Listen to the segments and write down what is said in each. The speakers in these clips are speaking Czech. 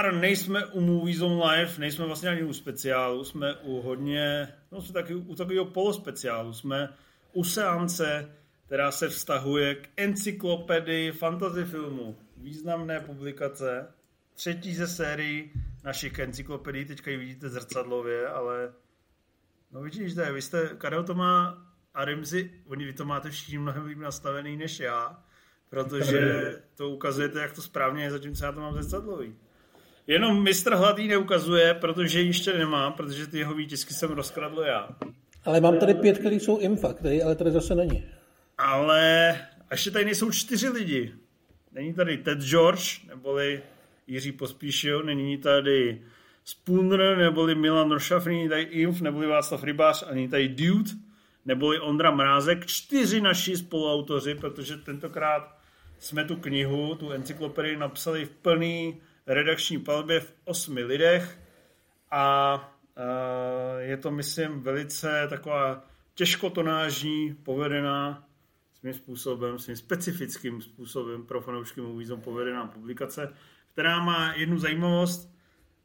Pár nejsme u Movie Zone Live, nejsme vlastně ani u speciálu, jsme u hodně, no jsme taky u takového polospeciálu, jsme u seance, která se vztahuje k encyklopedii fantasy filmu. Významné publikace, 3. ze sérii našich encyklopedií, teďka ji vidíte zrcadlově, ale no vidíte, vy jste, Karel to má a Rimzi, vy to máte všichni mnohem líp nastavený než já, protože to ukazujete, jak to správně je, zatímco já to mám zrcadlový. Jenom mistr Hladý neukazuje, protože ji ještě nemá, protože ty jeho výtisky jsem rozkradl já. Ale mám tady 5, který jsou info, který ale tady zase není. Ale ještě tady nejsou 4 lidi. Není tady Ted George, neboli Jiří Pospíšil, není tady Spooner, neboli Milan Rošaf, není tady Inf, neboli Václav Rybář, a není tady Dude, neboli Ondra Mrázek. 4 naši spoluautoři, protože tentokrát jsme tu knihu, tu encyklopedii napsali v plný redakční palbě v 8 lidech a je to, myslím, velice taková těžkotonážní, povedená svým způsobem, svým specifickým způsobem pro fanoušky Movie Zone povedená publikace, která má jednu zajímavost.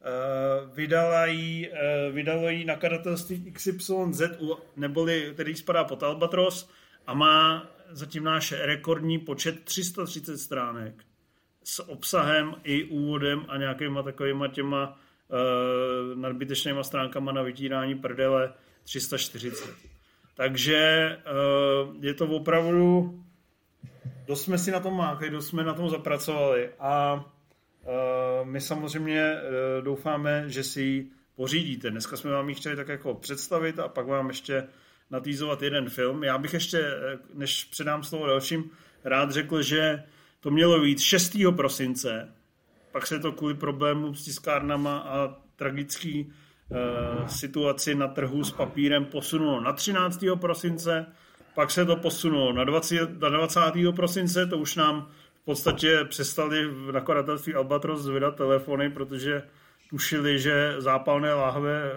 Vydalo ji nakladatelství XYZ, neboli který spadá pod Albatros a má zatím náš rekordní počet 330 stránek s obsahem i úvodem a nějakýma takovýma těma nadbytečnýma stránkama na vytírání prdele 340. Takže je to opravdu, dost jsme si na tom mákli, dost jsme na tom zapracovali a my samozřejmě doufáme, že si ji pořídíte. Dneska jsme vám ji chtěli tak jako představit a pak vám ještě natýzovat jeden film. Já bych ještě, než předám slovo dalším, rád řekl, že to mělo být 6. prosince, pak se to kvůli problémům s tiskárnama a tragický situaci na trhu s papírem posunulo na 13. prosince, pak se to posunulo na 20. prosince, to už nám v podstatě přestali v nakladatelství Albatros vydat telefony, protože tušili, že zápalné láhve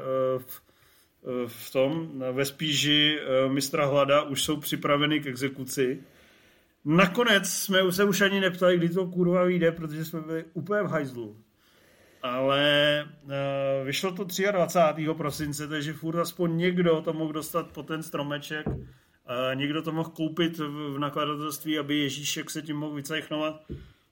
ve spíži mistra Hlada už jsou připraveny k exekuci. Nakonec jsme se už ani neptali, kdy to kurva vyjde, protože jsme byli úplně v hajzlu. Ale vyšlo to 23. prosince, takže furt aspoň někdo to mohl dostat po ten stromeček. Někdo to mohl koupit v nakladatelství, aby Ježíšek se tím mohl vycajchnovat.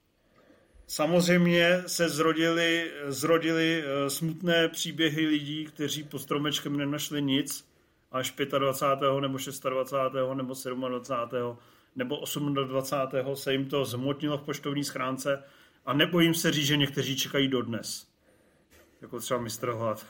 Samozřejmě se zrodily smutné příběhy lidí, kteří pod stromečkem nenašli nic, až 25. nebo 26. nebo 27. nebo 28. se jim to zhmotnilo v poštovní schránce a nebojím se říct, že někteří čekají dodnes. Jako třeba mistr Hlad.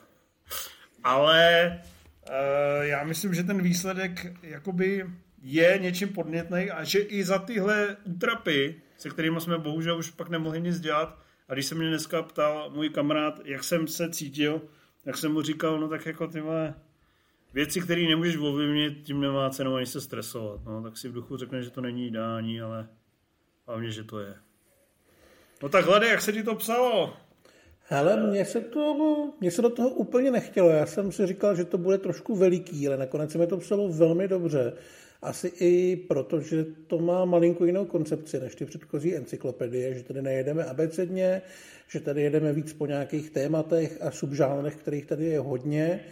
Ale já myslím, že ten výsledek jakoby je něčím podnětný a že i za tyhle útrapy, se kterými jsme bohužel už pak nemohli nic dělat, a když se mě dneska ptal můj kamarád, jak jsem se cítil, tak jsem mu říkal, no tak jako tyhle věci, které nemůžeš ovlivnit, tím nemá cenu ani se stresovat. No, tak si v duchu řekne, že to není ideální, ale hlavně, že to je. No tak Hlade, jak se ti to psalo? Hele, mně se do toho úplně nechtělo. Já jsem si říkal, že to bude trošku veliký, ale nakonec se mi to psalo velmi dobře. Asi i proto, že to má malinko jinou koncepci než ty předchozí encyklopedie, že tady nejedeme abecedně, že tady jedeme víc po nějakých tématech a subžánrech, kterých tady je hodně,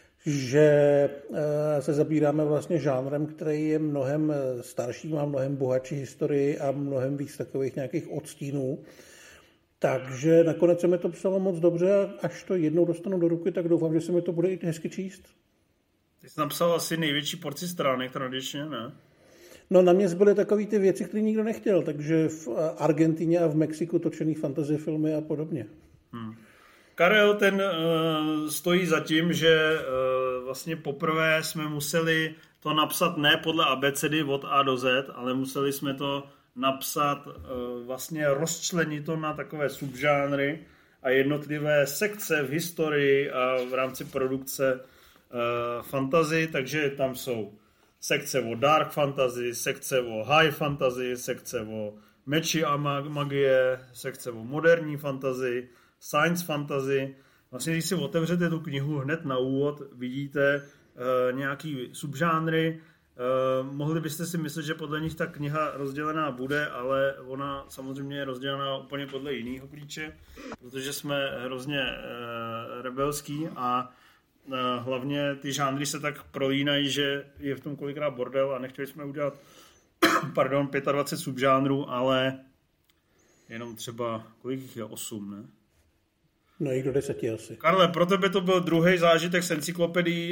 že se zabíráme vlastně žánrem, který je mnohem starší, má mnohem bohatší historii a mnohem víc takových nějakých odstínů. Takže nakonec se mi to psalo moc dobře a až to jednou dostanu do ruky, tak doufám, že se mi to bude i hezky číst. Ty jsi napsal asi největší porci stránek tradičně, ne? No na mě zbyly takový ty věci, které nikdo nechtěl, takže v Argentině a v Mexiku točený fantasy filmy a podobně. Karel ten stojí za tím, že vlastně poprvé jsme museli to napsat ne podle abecedy od A do Z, ale museli jsme to napsat, vlastně rozčlenit to na takové subžánry a jednotlivé sekce v historii a v rámci produkce fantasy, takže tam jsou sekce o dark fantasy, sekce o high fantasy, sekce o meči a magie, sekce o moderní fantasy, science fantasy. Vlastně, když si otevřete tu knihu hned na úvod, vidíte nějaký subžánry. Mohli byste si myslet, že podle nich ta kniha rozdělená bude, ale ona samozřejmě je rozdělená úplně podle jiného klíče, protože jsme hrozně rebelský a hlavně ty žánry se tak prolínají, že je v tom kolikrát bordel a nechtěli jsme udělat 25 subžánrů, ale jenom třeba, kolik jich je? 8, ne? No jich do 10 asi. Karle, pro tebe to byl druhý zážitek s encyklopedií.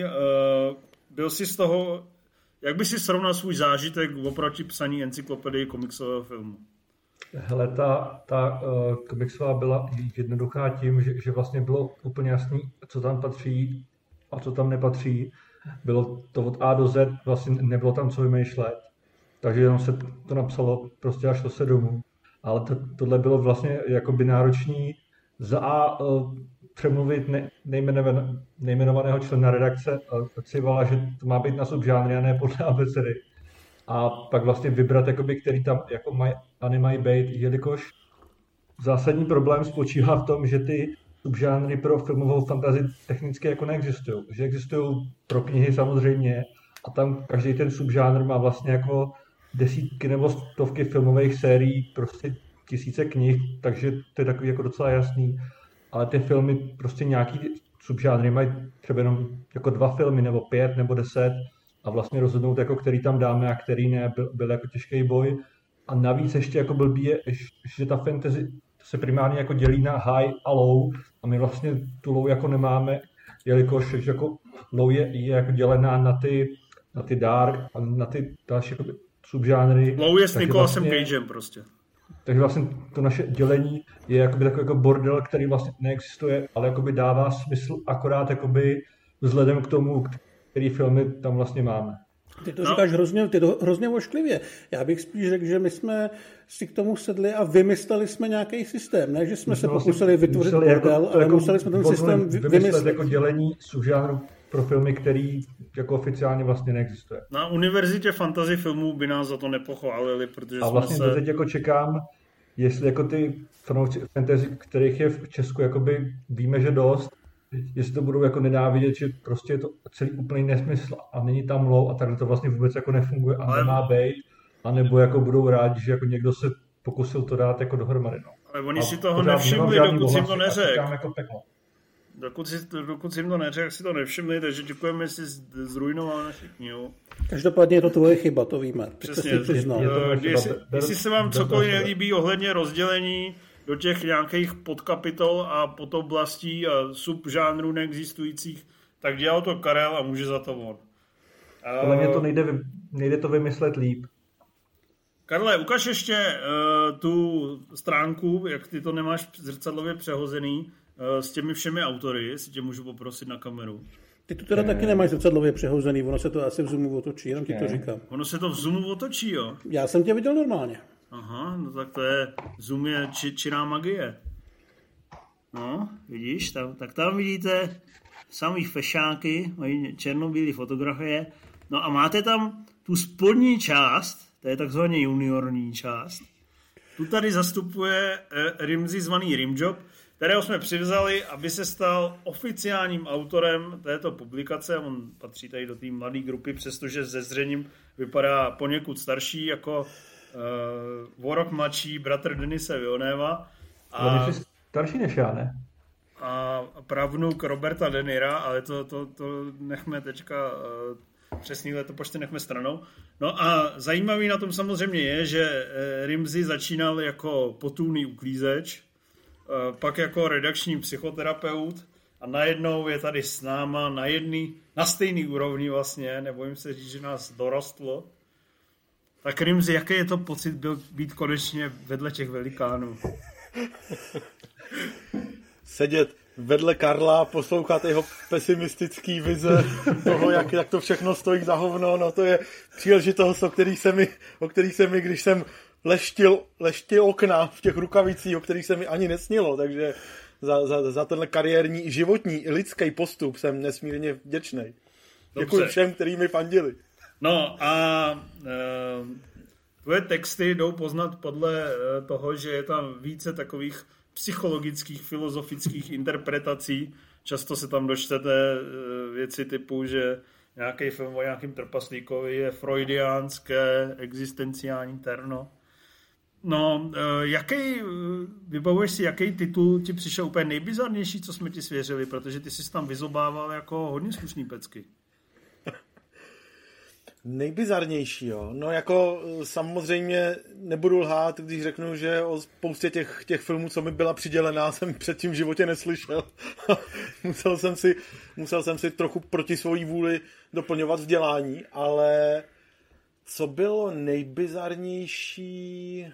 Byl jsi z toho, jak by si srovnal svůj zážitek oproti psaní encyklopedii komiksového filmu? Hele, ta komiksová byla jednoduchá tím, že vlastně bylo úplně jasný, co tam patří a co tam nepatří. Bylo to od A do Z, vlastně nebylo tam co vymýšlet. Takže jenom se to napsalo prostě a šlo se domů. Ale tohle bylo vlastně jakoby náročný za A přemluvit nejmenovaného člena redakce Civala, že to má být na subžánry a ne podle abecedy. A pak vlastně vybrat, jakoby, který tam jako mají a nemají být, jelikož zásadní problém spočívá v tom, že ty subžánry pro filmovou fantazii technicky jako neexistují. Že existují pro knihy samozřejmě a tam každý ten subžánr má vlastně jako desítky nebo stovky filmových sérií, prostě tisíce knih, takže to je takový jako docela jasný. Ale ty filmy prostě nějaký subžánry mají třeba jenom jako 2 filmy nebo 5 nebo 10 a vlastně rozhodnout, jako který tam dáme a který ne, byl jako těžký boj. A navíc ještě jako blbý je, že ta fantasy se primárně jako dělí na high a low a my vlastně tu low jako nemáme, jelikož jako low je jako dělená na ty dark a na ty další jako subžánry. Low je s Nicolasem vlastně, Cagem prostě. Takže vlastně to naše dělení je jakoby takový jako bordel, který vlastně neexistuje, ale jakoby dává smysl akorát jakoby vzhledem k tomu, který filmy tam vlastně máme. Ty to říkáš hrozně ošklivě. Já bych spíš řekl, že my jsme si k tomu sedli a vymysleli jsme nějaký systém. Ne, že jsme se pokusili vytvořit bordel, ale museli jsme ten systém vymyslet. Jako dělení subžánru pro filmy, který jako oficiálně vlastně neexistuje. Na univerzitě fantasy filmů by nás za to nepochválili, protože a vlastně jsme se... teď jako čekám, jestli jako ty fanoušci fantasy, kterých je v Česku, jakoby víme, že dost, jestli to budou jako nenávidět, že prostě je to celý úplný nesmysl a není tam low a takhle to vlastně vůbec jako nefunguje a nemá být, anebo jako budou rádi, že jako někdo se pokusil to dát jako dohromady. No. Ale oni si toho nevšimli, dokud si jim to neřekl. Jako dokud si jim to neřekl, si to nevšimli, takže děkujeme, že jsi zrujnoval naši knihu. Každopádně je to tvoje chyba, to víme. Přesně. Jestli se vám cokoliv nelíbí ohledně rozdělení do těch nějakých podkapitol a podoblastí a subžánrů neexistujících, tak dělal to Karel a může za to on. Podle mě to nejde to vymyslet líp. Karle, ukaž ještě tu stránku, jak ty to nemáš zrcadlově přehozený, s těmi všemi autory, jestli tě můžu poprosit na kameru. Ty tu teda taky nemáš zrcadlově přehozený, ono se to asi v zoomu otočí, jenom ti to říkám. Ono se to v zoomu otočí, jo? Já jsem tě viděl normálně. Aha, no tak to je, zoom je čirá magie. No, vidíš, tak tam vidíte samý fešáky, mají černobílé fotografie. No a máte tam tu spodní část, to je takzvaně juniorní část. Tu tady zastupuje Rimzi zvaný Rimjob, kterého jsme přivzali, aby se stal oficiálním autorem této publikace. On patří tady do té mladé grupy, přestože ze zřením vypadá poněkud starší, jako o rok mladší bratr Denise Villeneuva. A starší než já, ne? A pravnuk Roberta De Nira, ale to nechme teďka přesný letopočty nechme stranou. No a zajímavý na tom samozřejmě je, že Rimzi začínal jako potulný uklízeč, pak jako redakční psychoterapeut a najednou je tady s náma na stejný úrovni vlastně, nebojím se říct, že nás dorostlo. Tak Rimzi, jaký je to pocit být konečně vedle těch velikánů? Sedět vedle Karla, poslouchat jeho pesimistický vize toho, jak to všechno stojí za hovno, no to je příležitost, o který se mi, když jsem leštil okna v těch rukavicích, o kterých se mi ani nesnilo, takže za tenhle kariérní i životní i lidský postup jsem nesmírně vděčný. Děkuji všem, kteří mi fandili. No a tvoje texty jdou poznat podle toho, že je tam více takových psychologických, filozofických interpretací. Často se tam dočtete věci typu, že nějaký film o nějakým trpaslíkovi je freudiánské existenciální terno. No, vybavuješ si, jaký titul ti přišel úplně nejbizarnější, co jsme ti svěřili, protože ty jsi tam vyzobával jako hodně slušný pecky. Nejbizarnější, jo. No jako samozřejmě nebudu lhát, když řeknu, že o spoustě těch filmů, co mi byla přidělená, jsem předtím v životě neslyšel. musel jsem si trochu proti svojí vůli doplňovat vzdělání, ale co bylo nejbizarnější...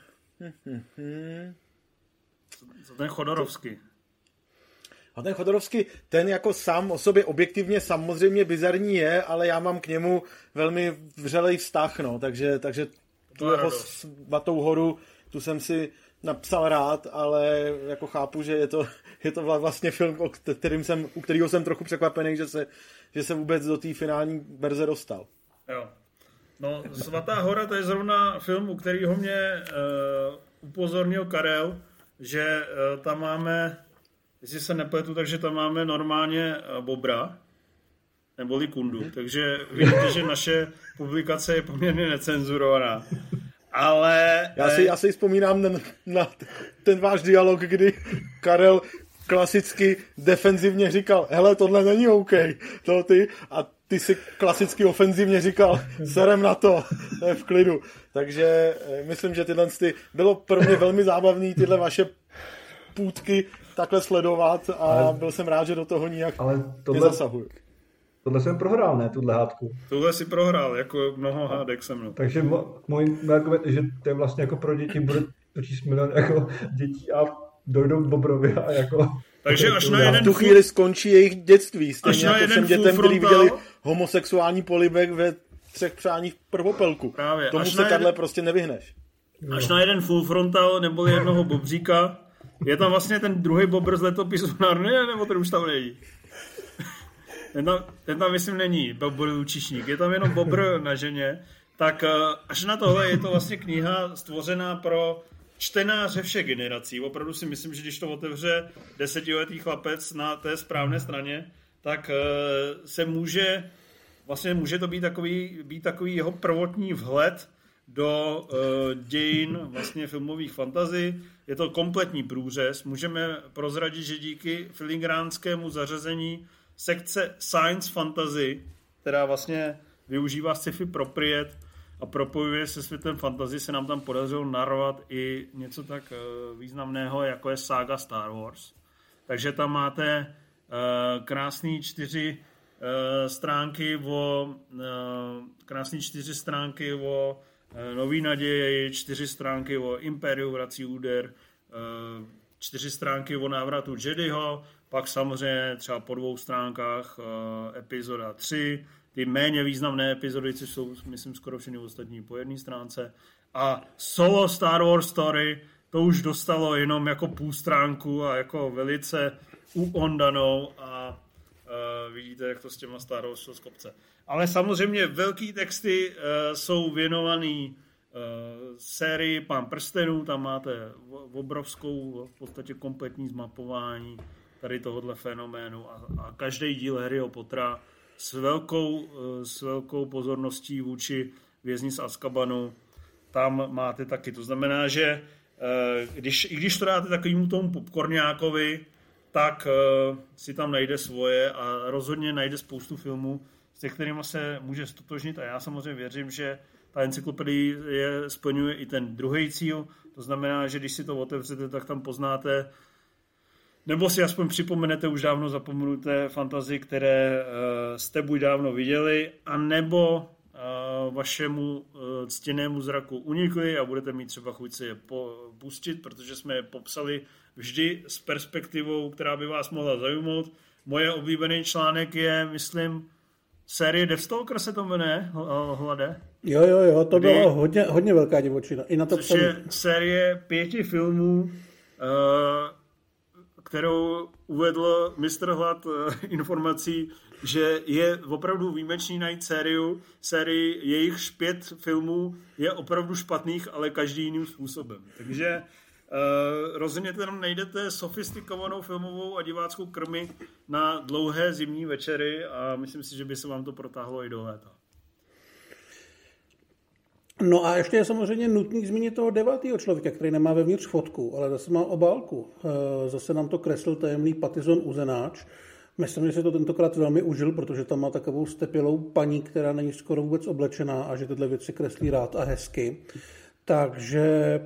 Co ten Chodorovský? A ten Chodorovský, ten jako sám o sobě objektivně samozřejmě bizarní je, ale já mám k němu velmi vřelej vztah, no, takže tu jeho Svatou horu, tu jsem si napsal rád, ale jako chápu, že je to vlastně film, u kterého jsem trochu překvapený, že se vůbec do té finální verze dostal. Jo. No, Svatá hora, to je zrovna film, u kterého mě upozornil Karel, že tam máme, jestli se nepletu, takže tam máme normálně bobra, neboli kundu, takže vidíte, že naše publikace je poměrně necenzurovaná. Ale... Já si vzpomínám na ten váš dialog, kdy Karel klasicky defenzivně říkal, hele, tohle není OK, to ty, a ty si klasicky ofenzivně říkal, serem na to je v klidu. Takže myslím, že bylo pro mě velmi zábavný tyhle vaše půtky takhle sledovat a byl jsem rád, že do toho nijak nezasahuju. Tohle jsem prohrál, ne, tuhle hádku. Tohle si prohrál, jako mnoho hádek se mnou. Takže můj argument je, že to je vlastně jako pro děti, bude točit milion jako dětí a dojdou k Bobrovi a jako... Takže až na jeden... V tu chvíli skončí jejich dětství, stejně jako všem dětem, kteří viděli homosexuální polibek ve 3 přáních prvopelku. Právě. Tomu se takhle prostě nevyhneš. Až na jeden full frontal nebo jednoho bobříka. Je tam vlastně ten druhý bobr z letopisu Narnie, nebo ten už tam není? Ten tam myslím není, bobr lučišník. Je tam jenom bobr na ženě. Tak až na tohle je to vlastně kniha stvořená pro čtenáře všech generací. Opravdu si myslím, že když to otevře 10letý chlapec na té správné straně, tak se může to být takový jeho prvotní vhled do dějin vlastně filmových fantazí. Je to kompletní průřez. Můžeme prozradit, že díky filigranskému zařazení sekce Science Fantasy, která vlastně využívá sci-fi propriet a propojuje se světem fantasy, se nám tam podařilo narvat i něco tak významného, jako je sága Star Wars. Takže tam máte krásný 4 stránky o Nový naději, 4 stránky o Impériu vrací úder, 4 stránky o návratu Jediho, pak samozřejmě třeba po 2 stránkách epizoda 3, ty méně významné epizody, což jsou, myslím, skoro všechny ostatní po 1 stránce. A solo Star Wars Story, to už dostalo jenom jako půl stránku a jako velice uondanou a vidíte, jak to s těma Star Wars z kopce. Ale samozřejmě velký texty jsou věnovaný sérii Pán prstenů, tam máte obrovskou, v podstatě kompletní zmapování tady tohohle fenoménu a každý díl Harryho Pottera s velkou pozorností vůči Vězni z Azkabanu tam máte taky. To znamená, že když to dáte takovému tomu popcorňákovi, tak si tam najde svoje a rozhodně najde spoustu filmů, s kterými se může stotožnit a já samozřejmě věřím, že ta encyklopedie splňuje i ten druhý cíl. To znamená, že když si to otevřete, tak tam poznáte nebo si aspoň připomenete už dávno zapomenuté fantazii, které jste buď dávno viděli, anebo vašemu ctěnému zraku unikly a budete mít třeba chuť si je pustit, protože jsme je popsali vždy s perspektivou, která by vás mohla zaujmout. Moje oblíbený článek je, myslím, série Deathstalker se to jmenuje, Hlade? Jo, to bylo hodně velká divočina. I na to což je série 5 filmů, kterou uvedl Mr. Hlad informací, že je opravdu výjimečný najít sérii jejichž 5 filmů je opravdu špatných, ale každý jiným způsobem. Takže Rozhodně tam najdete sofistikovanou filmovou a diváckou krmi na dlouhé zimní večery a myslím si, že by se vám to protáhlo i do léta. No a ještě je samozřejmě nutný zmínit toho 9. člověka, který nemá vevnitř fotku, ale zase má obálku. Zase nám to kreslil tajemný Patizon Uzenáč. Myslím, že se to tentokrát velmi užil, protože tam má takovou stepělou paní, která není skoro vůbec oblečená a že tyhle věci kreslí rád a hezky. Takže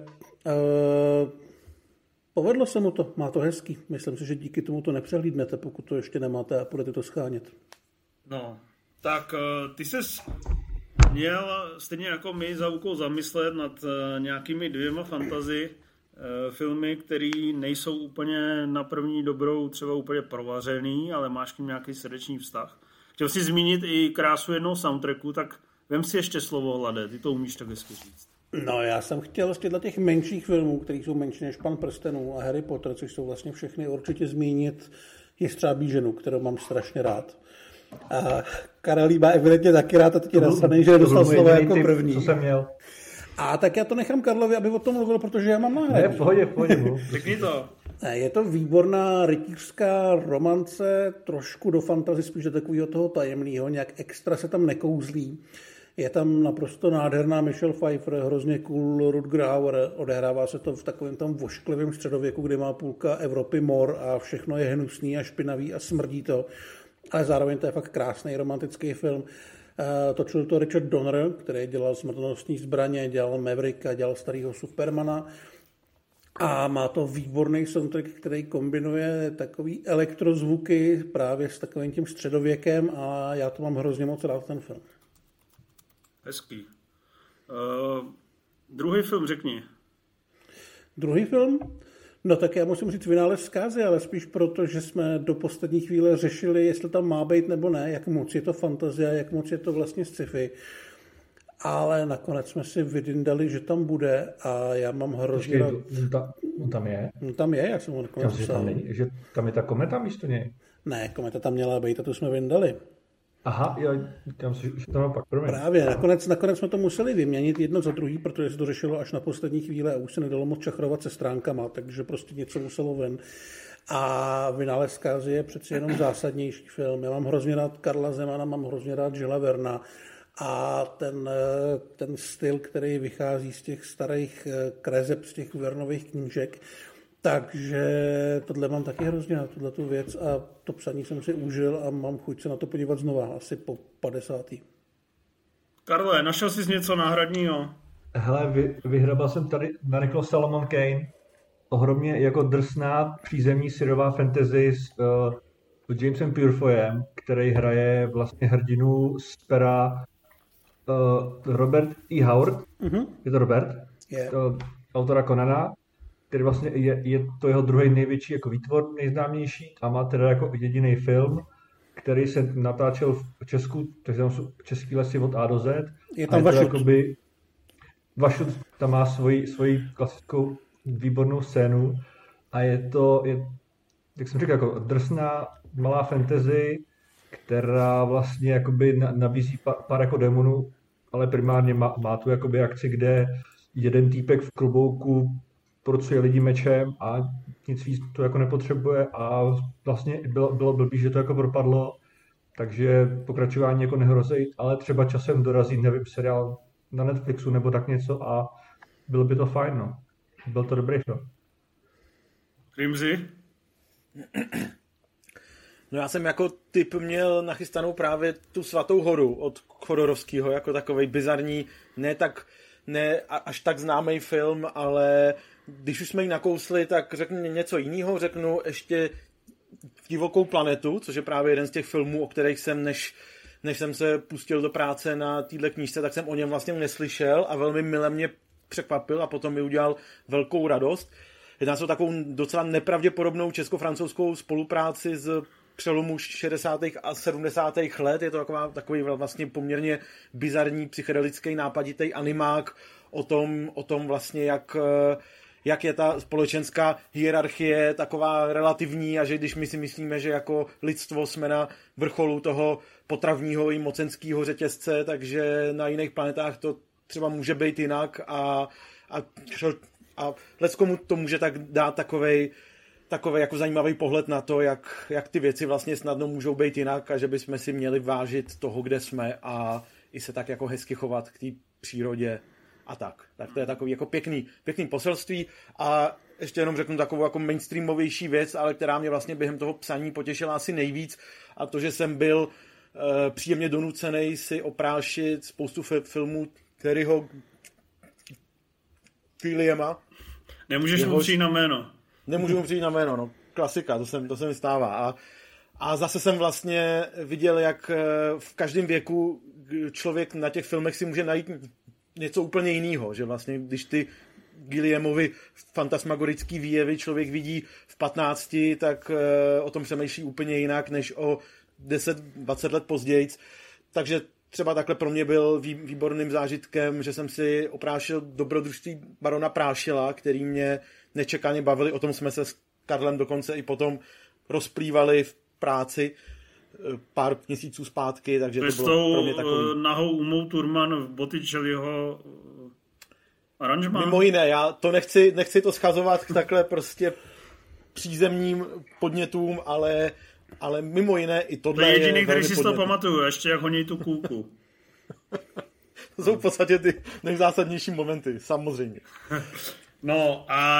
povedlo se mu to, má to hezký. Myslím si, že díky tomu to nepřehlídnete, pokud to ještě nemáte a budete to schánět. No, tak ty ses měl stejně jako my za úkol zamyslet nad nějakými 2 fantasy filmy, které nejsou úplně na první dobrou třeba úplně provařený, ale máš k ním nějaký srdečný vztah. Chtěl si zmínit i krásu jednoho soundtracku, tak vem si ještě slovo, Hlade, ty to umíš tak hezky říct. No, já jsem chtěl z těch menších filmů, které jsou menší než Pan prstenů a Harry Potter, což jsou vlastně všechny, určitě zmínit Jestřábí ženu, kterou mám strašně rád. A Karel má evidentně taky rád a teď je nasaný, že nedostal slovo jako první. Co jsem měl. A tak já to nechám Karlovi, aby o tom mluvil, protože já mám náhradu. Ne, v pohodě. Řekni to. Je to výborná rytířská romance, trošku do fantasy, spíš do takového toho tajemného, nějak extra se tam nekouzlí. Je tam naprosto nádherná Michelle Pfeiffer, hrozně cool Rutger Hauer, odehrává se to v takovém tam vošklivém středověku, kdy má půlka Evropy mor a všechno je hnusný a špinavý a smrdí to. Ale zároveň to je fakt krásný romantický film. Točil to Richard Donner, který dělal Smrtonosní zbraně, dělal Mavericka, dělal starého Supermana. A má to výborný soundtrack, který kombinuje takový elektrozvuky právě s takovým tím středověkem a já to mám hrozně moc rád, ten film. Hezký. Druhý film řekni. Druhý film? No tak já musím říct Vynález zkázy, ale spíš proto, že jsme do poslední chvíle řešili, jestli tam má být nebo ne, jak moc je to fantazie, jak moc je to vlastně sci-fi. Ale nakonec jsme si vydindali, že tam bude a já mám hrozně rád... On tam je? On tam je, já jsem ho nakonec psal. Že tam je ta kometa místo něj? Ne, kometa tam měla být a tu jsme vyndali. Aha, jo, tam si to naopak, promiň. Právě, nakonec jsme to museli vyměnit jedno za druhý, protože se to řešilo až na poslední chvíli a už se nedalo moc čachrovat se stránkama, takže prostě něco muselo ven. A Vynález zkázy je přeci jenom zásadnější film. Já mám hrozně rád Karla Zemana, mám hrozně rád Žila Verna a ten styl, který vychází z těch starých kreseb, z těch Vernových knížek, takže tohle mám taky hrozně na tuhletu věc a to psaní jsem si užil a mám chuť se na to podívat znova, asi po 50. Karle, našel jsi něco náhradního? Hele, vyhrabal jsem tady na Nicholas Salomon Kane, ohromně jako drsná přízemní syrová fantasy s Jamesem Purefoyem, který hraje vlastně hrdinu z pera Robert E. Howard. Mm-hmm. Je to Robert? Yeah. Autora Conana, který vlastně je to jeho druhý největší jako výtvor, nejznámější a má teda jako jediný film, který se natáčel v Česku, takže tam jsou český lesy od A do Z. Je tam Vašut. Vašut tam má svoji klasickou výbornou scénu a je to, jak jsem řekl, jako drsná malá fantasy, která vlastně jakoby nabízí pár jako démonů, ale primárně má tu jakoby akci, kde jeden týpek v klobouku porcuje lidi mečem a nic víc to jako nepotřebuje a vlastně bylo blbý, že to jako propadlo, takže pokračování jako nehrozí, ale třeba časem dorazí, nevím, seriál na Netflixu nebo tak něco a bylo by to fajn, no. Byl to dobrý film. Rimzi? No já jsem jako typ měl nachystanou právě tu Svatou horu od Chodorovského, jako takovej bizarní, ne až tak známý film, ale když už jsme ji nakousli, tak řeknu něco jiného, řeknu ještě Divokou planetu, což je právě jeden z těch filmů, o kterých jsem, než jsem se pustil do práce na této knížce, tak jsem o něm vlastně neslyšel a velmi mile mě překvapil a potom mi udělal velkou radost. Jedná se o takovou docela nepravděpodobnou česko-francouzskou spolupráci z přelomu 60. a 70. let. Je to takový vlastně poměrně bizarní psychedelický nápaditý animák o tom vlastně, jak je ta společenská hierarchie taková relativní a že když my si myslíme, že jako lidstvo jsme na vrcholu toho potravního i mocenského řetězce, takže na jiných planetách to třeba může být jinak a A leckomu to může tak dát takovej jako zajímavý pohled na to, jak ty věci vlastně snadno můžou být jinak a že bychom si měli vážit toho, kde jsme a i se tak jako hezky chovat k té přírodě a tak. Tak to je takový jako pěkný poselství a ještě jenom řeknu takovou jako mainstreamovější věc, ale která mě vlastně během toho psaní potěšila asi nejvíc a to, že jsem byl příjemně donucený si oprášit spoustu filmů Terryho Gilliama. Nemůžeš mu přijít na jméno. Nemůžu mu přijít na jméno, no. Klasika, to se mi stává. A zase jsem vlastně viděl, jak v každém věku člověk na těch filmech si může najít něco úplně jiného, že vlastně, když ty Gilliamovy fantasmagorický výjevy člověk vidí v 15, tak o tom přemýšlí úplně jinak, než o 10-20 let později. Takže třeba takhle pro mě byl výborným zážitkem, že jsem si oprášil Dobrodružství barona Prášila, který mě nečekaně bavili. O tom jsme se s Karlem dokonce i potom rozplývali v práci pár měsíců zpátky, takže to bylo pro mě takový... nahou Umou Thurman v Botticelliho aranžmá? Mimo jiné, já to nechci to schazovat k takhle prostě přízemním podnětům, ale mimo jiné i tohle je jediný, který si to pamatuju, ještě jak honí tu kůlku. To jsou v podstatě ty nejzásadnější momenty, samozřejmě. No a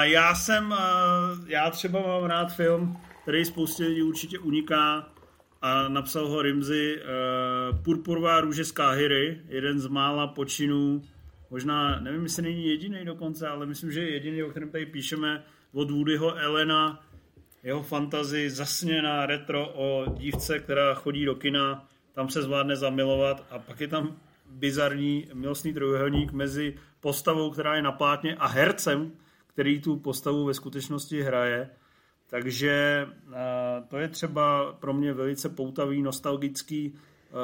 já třeba mám rád film, který spoustě lidí určitě uniká a napsal ho Rimzi, Purpurová růže z Káhiry, jeden z mála počinů, možná, nevím, jestli není jediný dokonce, ale myslím, že je jediný, o kterém tady píšeme, od Woodyho Allena, jeho fantazii zasněná retro o dívce, která chodí do kina, tam se zvládne zamilovat a pak je tam bizarní milostný trojuhelník mezi postavou, která je na plátně a hercem, který tu postavu ve skutečnosti hraje. Takže to je třeba pro mě velice poutavý, nostalgický,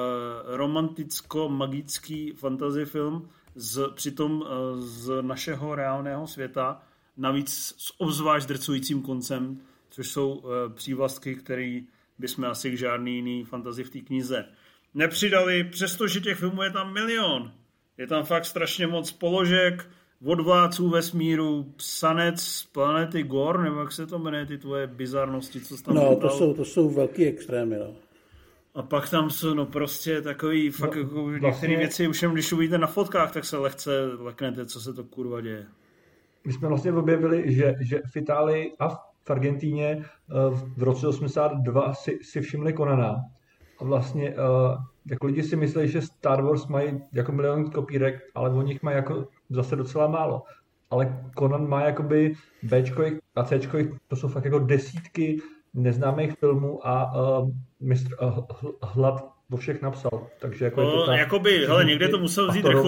romanticko-magický fantasy film, přitom z našeho reálného světa, navíc s obzvlášť drcujícím koncem, což jsou přívlastky, které bychom asi k žádný jiný fantasy v té knize nepřidali, přestože těch filmů je tam milion. Je tam fakt strašně moc položek, od vládců vesmíru, psanec z planety Gor, nebo jak se to jmenuje, ty tvoje bizarnosti, co jsi tam no, to jsou velký extrémy, no. A pak tam jsou prostě takový fakt jako vlastně... některé věci, už jen když uvidíte na fotkách, tak se lehce leknete, co se to kurva děje. My jsme vlastně objevili, že v Itálii a v Argentíně v roce 82 si všimli Conana. A vlastně jako lidi si myslí, že Star Wars mají jako milion kopírek, ale o nich mají jako zase docela málo. Ale Conan má jakoby Bčkových a Cčkových, to jsou fakt jako desítky neznámých filmů a mistr Hlad o všech napsal. Takže jako to tak, jakoby, hele, někde to musel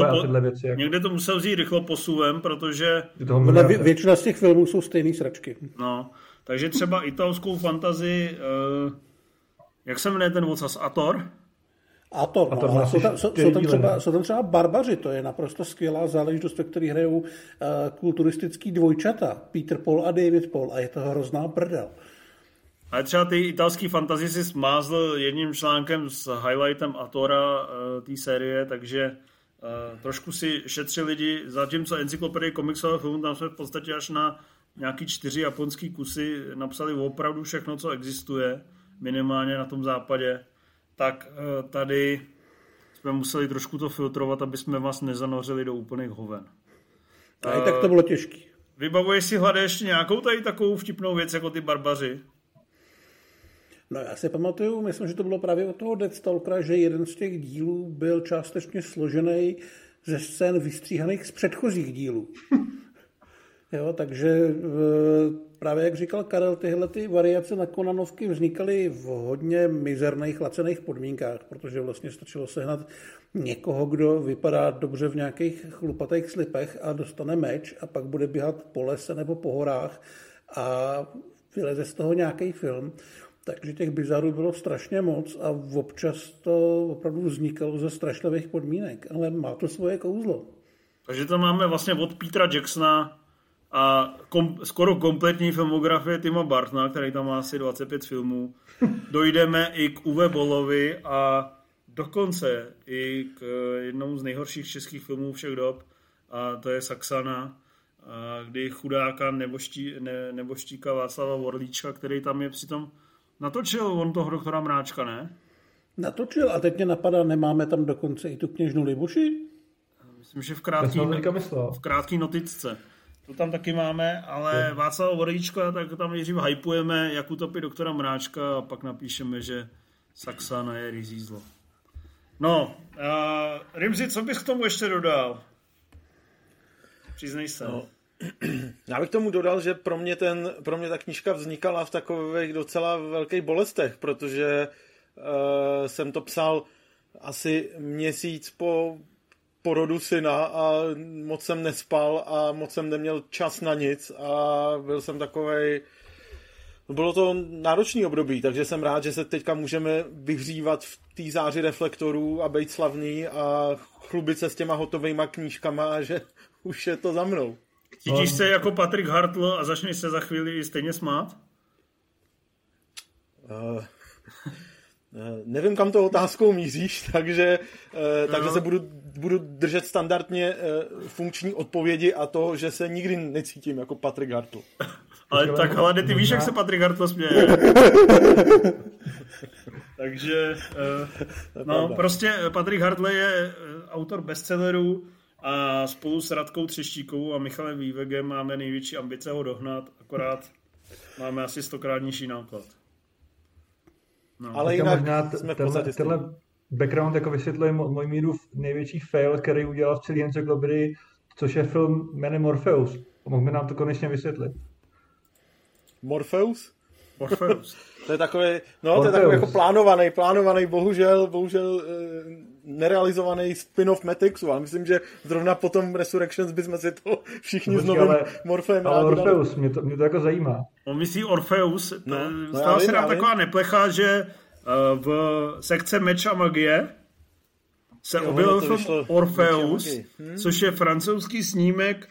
vzít rychloposuvem, protože... Většina z těch filmů jsou stejný sračky. No, takže třeba italskou fantazii, jak se jmenuje ten vocas, Ator? Ator, no, ale jsou tam třeba barbaři, to je naprosto skvělá záležitost, ve které hrajou kulturistický dvojčata, Peter Paul a David Paul, a je to hrozná prdel. Ale třeba ty italský fantasy si smázl jedním článkem s highlightem Atora té série, takže trošku si šetři lidi, zatímco encyklopedii komiksového filmu, tam jsme v podstatě až na nějaký 4 japonský kusy napsali opravdu všechno, co existuje, minimálně na tom západě, tak tady jsme museli trošku to filtrovat, aby jsme vás nezanořili do úplných hoven. A i tak to bylo těžký. Vybavuješ si, Hlade, ještě nějakou tady takovou vtipnou věc, jako ty barbaři? No já si pamatuju, myslím, že to bylo právě od toho Deathstalkera, že jeden z těch dílů byl částečně složený ze scén vystříhaných z předchozích dílů. Jo, takže právě jak říkal Karel, tyhle ty variace na Conanovky vznikaly v hodně mizerných, lacených podmínkách, protože vlastně stačilo sehnat někoho, kdo vypadá dobře v nějakých chlupatých slipech a dostane meč a pak bude běhat po lese nebo po horách a vyleze z toho nějaký film. Takže těch bizarů bylo strašně moc a občas to opravdu vznikalo ze strašlivých podmínek, ale má to svoje kouzlo. Takže to máme vlastně od Petera Jacksona a skoro kompletní filmografie Tima Burtona, který tam má asi 25 filmů. Dojdeme i k Uwe Bollovi a dokonce i k jednomu z nejhorších českých filmů všech dob, a to je Saxana. kdy chudáka neboštíka Václava Vorlíčka, který tam je přitom natočil on toho doktora Mráčka, ne? Natočil a teď mě napadá, nemáme tam dokonce i tu kněžnu Libuši? Myslím, že v krátký noticce. To tam taky máme, ale Václava Vorlíčka, tak tam nejdřív hypujeme, jak utopit doktora Mráčka a pak napíšeme, že Saxana je ryzí zlo. No, Rimzi, co bys k tomu ještě dodal? Přiznej se. No. Já bych tomu dodal, že pro mě ta knížka vznikala v takových docela velkých bolestech, protože jsem to psal asi měsíc po porodu syna a moc jsem nespal a moc jsem neměl čas na nic a byl jsem takovej... Bylo to náročný období, takže jsem rád, že se teďka můžeme vyhřívat v té záři reflektorů a být slavný a chlubit se s těma hotovejma knížkama a že už je to za mnou. Cítíš se jako Patrik Hartl a začneš se za chvíli stejně smát? Nevím, kam to otázkou míříš, takže se budu držet standardně funkční odpovědi a to, že se nikdy necítím jako Patrik Hartl. Ale tak, ale ty víš, jak se Patrik Hartl směje. Takže, prostě Patrik Hartl je autor bestsellerů a spolu s Radkou Třeštíkovou a Michalem Vývegem máme největší ambice ho dohnat, akorát máme asi 100krát nižší náklad. No. Ale jinak jsme tenhle background jako vysvětluje můj míru největší fail, který udělal v celé encyklopedii, což je film jménem Morpheus. Mohl by nám to konečně vysvětlit. Morpheus? Morpheus. To je takový, to je takový jako plánovaný, bohužel nerealizovaný spin-off Matrixu, ale myslím, že zrovna potom Resurrections bychom si to všichni s novým Morpheem rádi. Ale Orpheus, mě to jako zajímá. On myslí Orpheus, stala se nám taková neplecha, že v sekce Meč a magie se objevil film Orpheus, což je francouzský snímek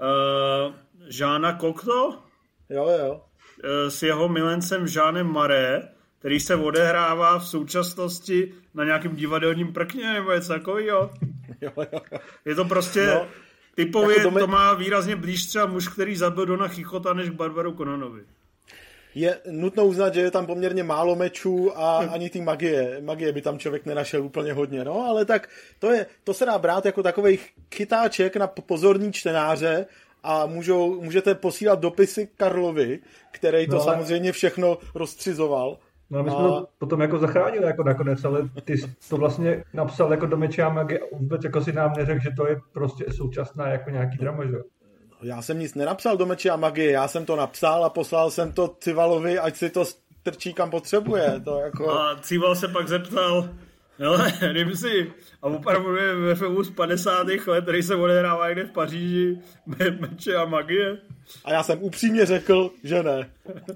Jeana Cocteau. Jo. S jeho milencem Jeanem Marais, který se odehrává v současnosti na nějakém divadelním prkně nebo něco takového. Jo. Je to prostě typově, jako to má výrazně blíž třeba muž, který zabil Dona Chichota než k Barbaru Conanovi. Je nutno uznat, že je tam poměrně málo mečů a ani ty magie by tam člověk nenašel úplně hodně, ale tak to se dá brát jako takovej chytáček na pozorní čtenáře a můžete posílat dopisy Karlovi, který to samozřejmě všechno rozstřizoval. No a my jsme to potom jako zachránili jako nakonec, ale ty to vlastně napsal jako do Meče a magie a vůbec jako si nám neřekl, že to je prostě současná jako nějaký drama, že? Já jsem nic nenapsal do Meče a magie, já jsem to napsal a poslal jsem to Civalovi, ať si to strčí kam potřebuje. To jako... A Cival se pak zeptal, Rimzi, a opravdu je ve filmu z 50. let, který se odehrává někde v Paříži, Meče a magie? A já jsem upřímně řekl, že ne.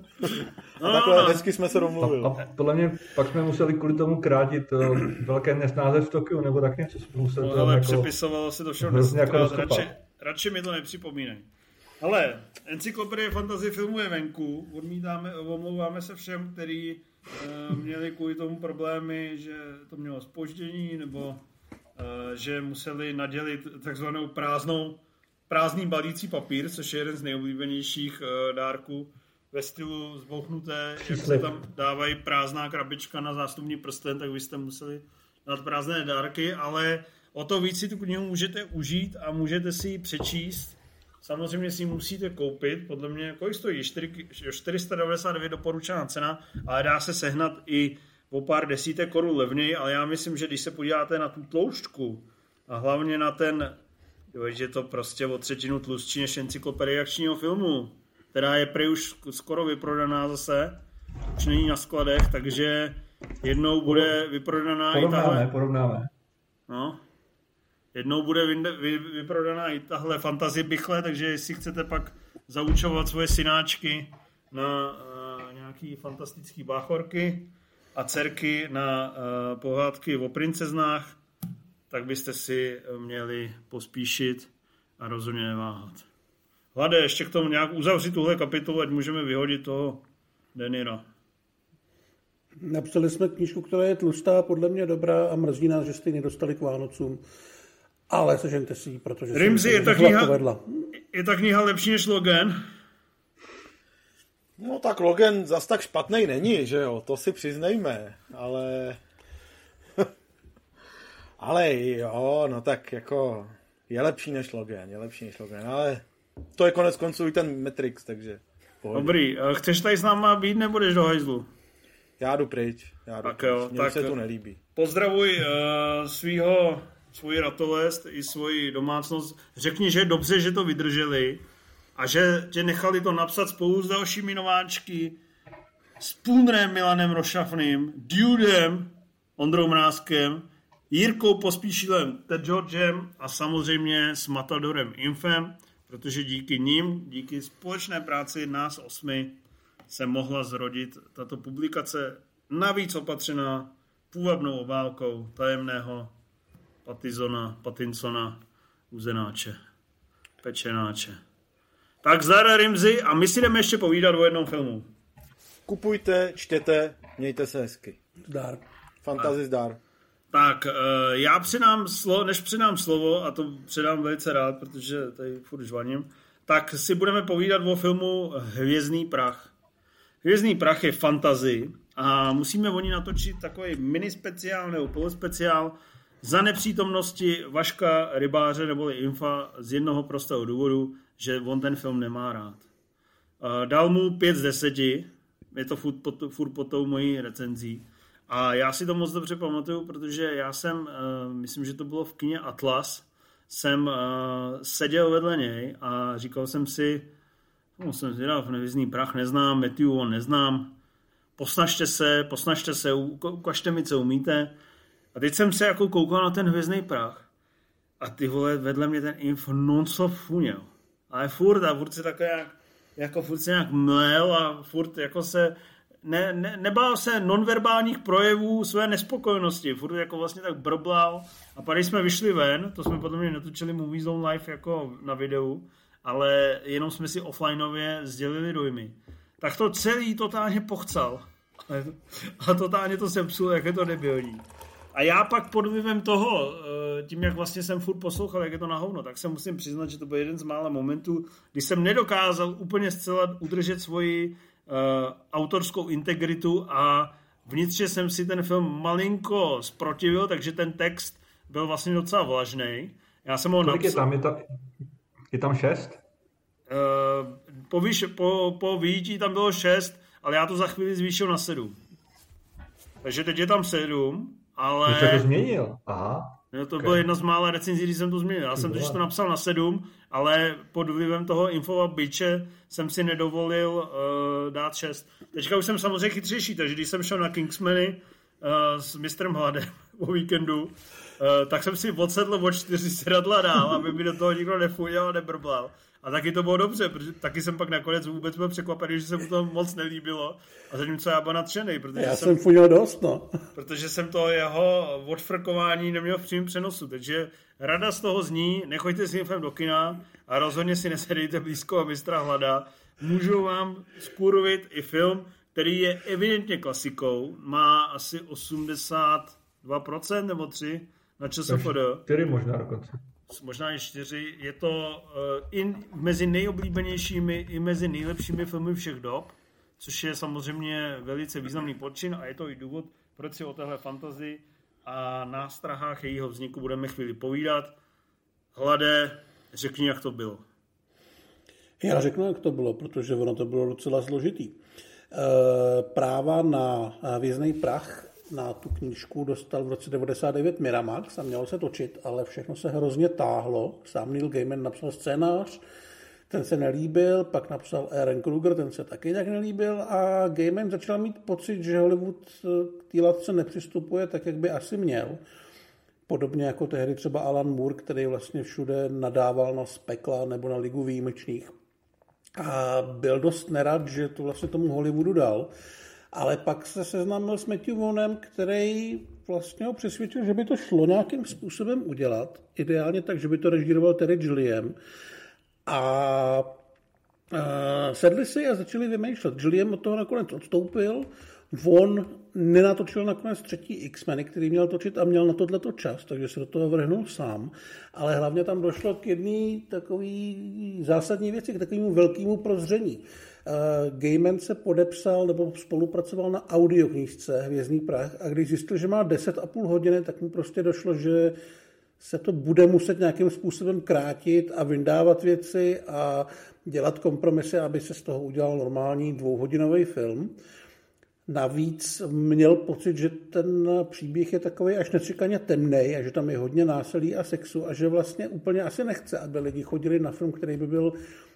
A takhle hezky jsme se domluvili. A podle mě pak jsme museli kvůli tomu krátit velké nesnáze v Tokiu, nebo tak něco jsme museli. Ale jako přepisovalo se to všechno desetkrát, radši mi to nepřipomínej. Ale encyklopedie fantasy filmu je venku, omlouváme se všem, kteří měli kvůli tomu problémy, že to mělo zpoždění, nebo že museli nadělit takzvanou prázdný balící papír, což je jeden z nejoblíbenějších dárků ve stylu zbouchnuté, jak se tam dávají prázdná krabička na zástupní prsten, tak vy jste museli dát prázdné dárky, ale o to víc si tu knihu můžete užít a můžete si ji přečíst. Samozřejmě si ji musíte koupit, podle mě, kolik stojí? 499 doporučená cena, ale dá se sehnat i o pár desítek korun levněji, ale já myslím, že když se podíváte na tu tloušťku a hlavně na ten, že to prostě o 1/3 tlustší než encyklopedie akčního filmu, která je prý už skoro vyprodaná zase, už není na skladech, takže jednou bude vyprodaná i tahle. Porovnáme. No. Jednou bude vyprodaná i tahle fantasy bychle, takže jestli chcete pak zaučovat svoje synáčky na nějaký fantastický báchorky a dcerky na pohádky o princeznách, tak byste si měli pospíšit a rozhodně neváhat. Hlade, ještě k tomu nějak uzavři tuhle kapitolu, ať můžeme vyhodit toho Denira. Napsali jsme knížku, která je tlustá, podle mě dobrá a mrzí nás, že jste ji nedostali k Vánocům. Ale sežente si ji, protože Rimzi, je ta kniha lepší než Logan? No tak Logan zas tak špatnej není, že jo, to si přiznejme, ale... ale jo, no tak jako je lepší než Logan, ale to je konec konců i ten Matrix, takže... Pohodě. Dobrý, chceš tady s náma být, nebo jdeš do hajzlu? Já jdu pryč, mně se tu nelíbí. Pozdravuj svoji ratolest i svoji domácnost. Řekni, že je dobře, že to vydrželi a že tě nechali to napsat spolu s dalšími nováčky, s Pundrem Milanem Rošafným, Dudem Ondrou Mrázkem, Jirkou Pospíšilem, Ted Georgem a samozřejmě s Matadorem Infem, protože díky nim, díky společné práci nás 8 se mohla zrodit tato publikace, navíc opatřená půvabnou obálkou tajemného Patinsona, uzenáče, pečenáče. Tak zdar Rimzi a my si jdeme ještě povídat o jednom filmu. Kupujte, čtěte, mějte se hezky. Zdar. Fantasy zdar. Tak, já než předám slovo, a to předám velice rád, protože tady furt žvaním, tak si budeme povídat o filmu Hvězdný prach. Hvězdný prach je fantasy a musíme o ní natočit takový minispeciál nebo polospeciál za nepřítomnosti Vaška Rybáře neboli Infa z jednoho prostého důvodu, že on ten film nemá rád. Dal mu 5 z 10, je to furt pod tou mojí recenzí. A já si to moc dobře pamatuju, protože já jsem, myslím, že to bylo v kině Atlas, jsem seděl vedle něj a říkal jsem si, jsem zvědav, Hvězdný prach neznám, Matthew Vaughn neznám, posnažte se, ukažte mi, co umíte. A teď jsem se jako koukal na ten Hvězdný prach a ty vole, vedle mě ten Inf non-stop funěl. Ale furt se takhle furt se nějak mlel a furt jako se nebál se nonverbálních projevů své nespokojenosti, furt jako vlastně tak brblal a pak když jsme vyšli ven, to jsme potom natočili Movie Zone Live jako na videu, ale jenom jsme si offlineově sdělili dojmy. Tak to celý totálně pochcal a totálně to sepsul, jak je to debilní. A já pak pod vlivem toho, tím jak vlastně jsem furt poslouchal, jak je to na hovno, tak se musím přiznat, že to byl jeden z mála momentů, kdy jsem nedokázal úplně zcela udržet svoji autorskou integritu a vnitřně jsem si ten film malinko zprotivil, takže ten text byl vlastně docela vlažnej. Já jsem ho napsal... Je tam 6? Po vyjítí tam bylo 6, ale já to za chvíli zvýšil na 7. Takže teď je tam 7, ale... Ty jsi to změnil? Aha. No, to byla jedna z mála recenzí, když jsem to změnil. Já jsem to napsal na 7, ale pod vlivem toho infova biče jsem si nedovolil dát 6. Teďka už jsem samozřejmě chytřejší, takže když jsem šel na Kingsmany s mistrem Hladem o víkendu, tak jsem si odsedl o 4 sedadla dál, aby mi do toho nikdo nefuněl a nebrblal. A taky to bylo dobře, protože taky jsem pak nakonec vůbec byl překvapený, že se mu to moc nelíbilo. A zatímco já byl nadšenej, protože já jsem funěl dost, no. Protože jsem to jeho odfrkování neměl v přímém přenosu. Takže rada z toho zní, nechoďte s Infem do kina a rozhodně si nesedejte blízko mistra Hlada. Můžu vám skurvit i film, který je evidentně klasikou, má asi 82% nebo 3% na ČSFD. 4 možná dokonce. Možná i 4. Je to i mezi nejoblíbenějšími, i mezi nejlepšími filmy všech dob, což je samozřejmě velice významný počin a je to i důvod, proč si o téhle fantazii a nástrahách jejího vzniku budeme chvíli povídat. Hlade, řekni, jak to bylo. Já řeknu, jak to bylo, protože ono to bylo docela složitý. Práva na Hvězdný prach na tu knížku dostal v roce 99 Miramax a mělo se točit, ale všechno se hrozně táhlo. Sám Neil Gaiman napsal scénář, ten se nelíbil, pak napsal Aaron Kruger, ten se taky nějak nelíbil a Gaiman začal mít pocit, že Hollywood k té latce nepřistupuje tak, jak by asi měl. Podobně jako tehdy třeba Alan Moore, který vlastně všude nadával na Spekla nebo na Ligu výjimečných. A byl dost nerad, že to vlastně tomu Hollywoodu dal. Ale pak se seznámil s Matthew Vaughnem, který vlastně ho přesvědčil, že by to šlo nějakým způsobem udělat. Ideálně tak, že by to režíroval Terry Gilliam. A sedli si a začali vymýšlet. Gilliam od toho nakonec odstoupil. On nenatočil nakonec třetí X-meny, který měl točit a měl na tohleto čas, takže se do toho vrhnul sám, ale hlavně tam došlo k jedné takový zásadní věci, k takovému velkému prozření. Gaiman se podepsal nebo spolupracoval na audioknížce Hvězdný prach a když zjistil, že má 10,5 hodiny, tak mu prostě došlo, že se to bude muset nějakým způsobem krátit a vyndávat věci a dělat kompromisy, aby se z toho udělal normální 2hodinový film. Navíc měl pocit, že ten příběh je takový až nečekaně temnej a že tam je hodně násilí a sexu a že vlastně úplně asi nechce, aby lidi chodili na film, který by byl